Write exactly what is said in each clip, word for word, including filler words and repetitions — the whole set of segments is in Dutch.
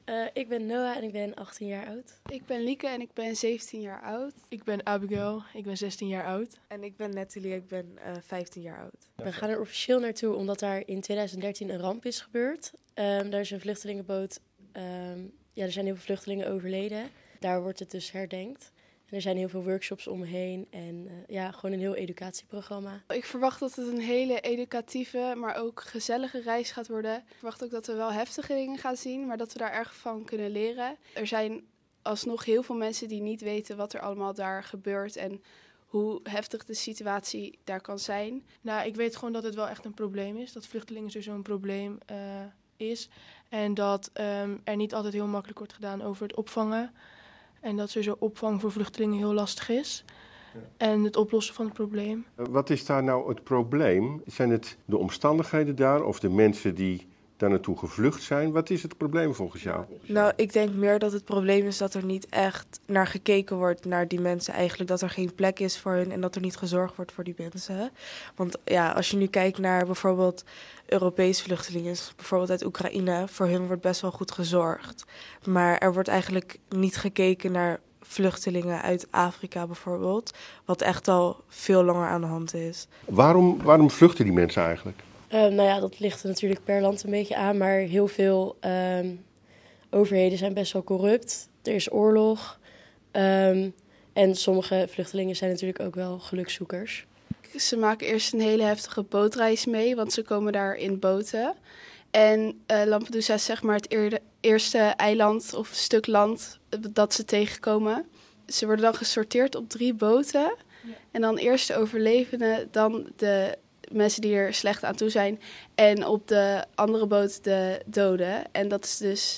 Uh, ik ben Noah en ik ben achttien jaar oud. Ik ben Lieke en ik ben zeventien jaar oud. Ik ben Abigail, ik ben zestien jaar oud. En ik ben Natalie, ik ben uh, vijftien jaar oud. We gaan er officieel naartoe omdat daar in twintig dertien een ramp is gebeurd. Um, daar is een vluchtelingenboot. Um, ja, er zijn heel veel vluchtelingen overleden. Daar wordt het dus herdenkt. En er zijn heel veel workshops omheen en uh, ja, gewoon een heel educatieprogramma. Ik verwacht dat het een hele educatieve, maar ook gezellige reis gaat worden. Ik verwacht ook dat we wel heftige dingen gaan zien, maar dat we daar erg van kunnen leren. Er zijn alsnog heel veel mensen die niet weten wat er allemaal daar gebeurt en hoe heftig de situatie daar kan zijn. Nou, ik weet gewoon dat het wel echt een probleem is, dat vluchtelingen sowieso een probleem uh, is. En dat um, er niet altijd heel makkelijk wordt gedaan over het opvangen. En dat sowieso opvang voor vluchtelingen heel lastig is. Ja. En het oplossen van het probleem. Wat is daar nou het probleem? Zijn het de omstandigheden daar of de mensen die daar naartoe gevlucht zijn? Wat is het probleem volgens jou? Nou, ik denk meer dat het probleem is dat er niet echt naar gekeken wordt naar die mensen eigenlijk. Dat er geen plek is voor hun en dat er niet gezorgd wordt voor die mensen. Want ja, als je nu kijkt naar bijvoorbeeld Europese vluchtelingen, bijvoorbeeld uit Oekraïne, voor hun wordt best wel goed gezorgd. Maar er wordt eigenlijk niet gekeken naar vluchtelingen uit Afrika bijvoorbeeld, wat echt al veel langer aan de hand is. Waarom, waarom vluchten die mensen eigenlijk? Uh, nou ja, dat ligt er natuurlijk per land een beetje aan, maar heel veel um, overheden zijn best wel corrupt. Er is oorlog um, en sommige vluchtelingen zijn natuurlijk ook wel gelukzoekers. Ze maken eerst een hele heftige bootreis mee, want ze komen daar in boten. En uh, Lampedusa is zeg maar het eerde, eerste eiland of stuk land dat ze tegenkomen. Ze worden dan gesorteerd op drie boten. Ja. En dan eerst de overlevenden, dan de mensen die er slecht aan toe zijn. En op de andere boot de doden. En dat is dus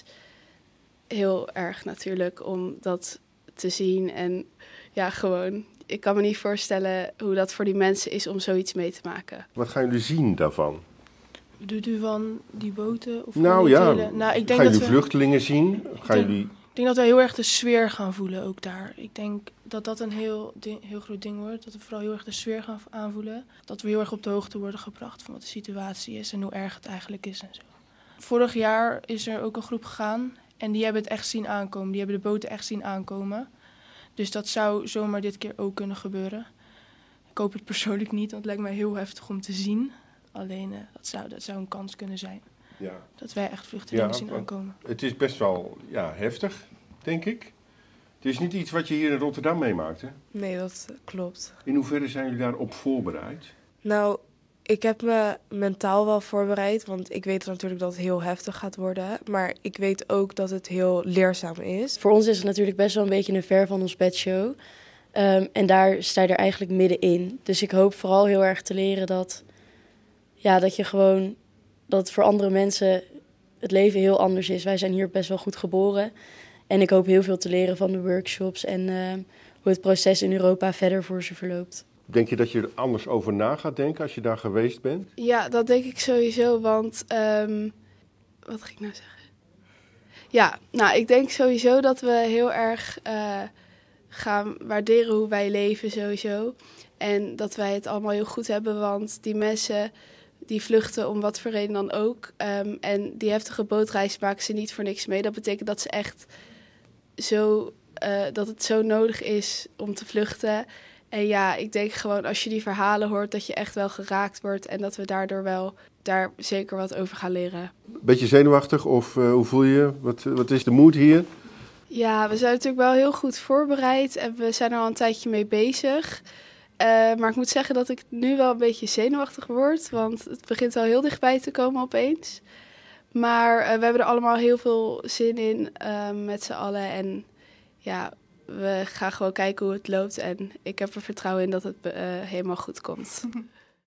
heel erg natuurlijk om dat te zien. En ja, gewoon, ik kan me niet voorstellen hoe dat voor die mensen is om zoiets mee te maken. Wat gaan jullie zien daarvan? Doet u van die boten? Of nou ja, hele... nou, ik denk gaan jullie dat we... vluchtelingen zien? Gaan ik, denk, jullie... ik denk dat wij heel erg de sfeer gaan voelen ook daar. Ik denk dat dat een heel, ding, heel groot ding wordt. Dat we vooral heel erg de sfeer gaan aanvoelen. Dat we heel erg op de hoogte worden gebracht van wat de situatie is en hoe erg het eigenlijk is en zo. Vorig jaar is er ook een groep gegaan en die hebben het echt zien aankomen. Die hebben de boten echt zien aankomen. Dus dat zou zomaar dit keer ook kunnen gebeuren. Ik hoop het persoonlijk niet, want het lijkt mij heel heftig om te zien. Alleen uh, dat, zou, dat zou een kans kunnen zijn. Ja. Dat wij echt vluchtelingen ja, zien aankomen. Het is best wel ja, heftig, denk ik. Het is niet iets wat je hier in Rotterdam meemaakt, hè? Nee, dat klopt. In hoeverre zijn jullie daarop voorbereid? Nou, ik heb me mentaal wel voorbereid, want ik weet natuurlijk dat het heel heftig gaat worden. Maar ik weet ook dat het heel leerzaam is. Voor ons is het natuurlijk best wel een beetje een ver van ons bedshow. Um, en daar sta je er eigenlijk middenin. Dus ik hoop vooral heel erg te leren dat, ja, dat je gewoon, dat het voor andere mensen het leven heel anders is. Wij zijn hier best wel goed geboren. En ik hoop heel veel te leren van de workshops en uh, hoe het proces in Europa verder voor ze verloopt. Denk je dat je er anders over na gaat denken als je daar geweest bent? Ja, dat denk ik sowieso, want um, wat ging ik nou zeggen? Ja, nou, ik denk sowieso dat we heel erg uh, gaan waarderen hoe wij leven sowieso. En dat wij het allemaal heel goed hebben, want die mensen die vluchten om wat voor reden dan ook. Um, en die heftige bootreis maken ze niet voor niks mee. Dat betekent dat ze echt zo, uh, dat het zo nodig is om te vluchten. En ja, ik denk gewoon als je die verhalen hoort dat je echt wel geraakt wordt en dat we daardoor wel daar zeker wat over gaan leren. Beetje zenuwachtig of uh, hoe voel je? Wat, wat is de mood hier? Ja, we zijn natuurlijk wel heel goed voorbereid en we zijn er al een tijdje mee bezig. Uh, maar ik moet zeggen dat ik nu wel een beetje zenuwachtig word, want het begint wel heel dichtbij te komen opeens. Maar uh, we hebben er allemaal heel veel zin in uh, met z'n allen en ja, we gaan gewoon kijken hoe het loopt en ik heb er vertrouwen in dat het uh, helemaal goed komt.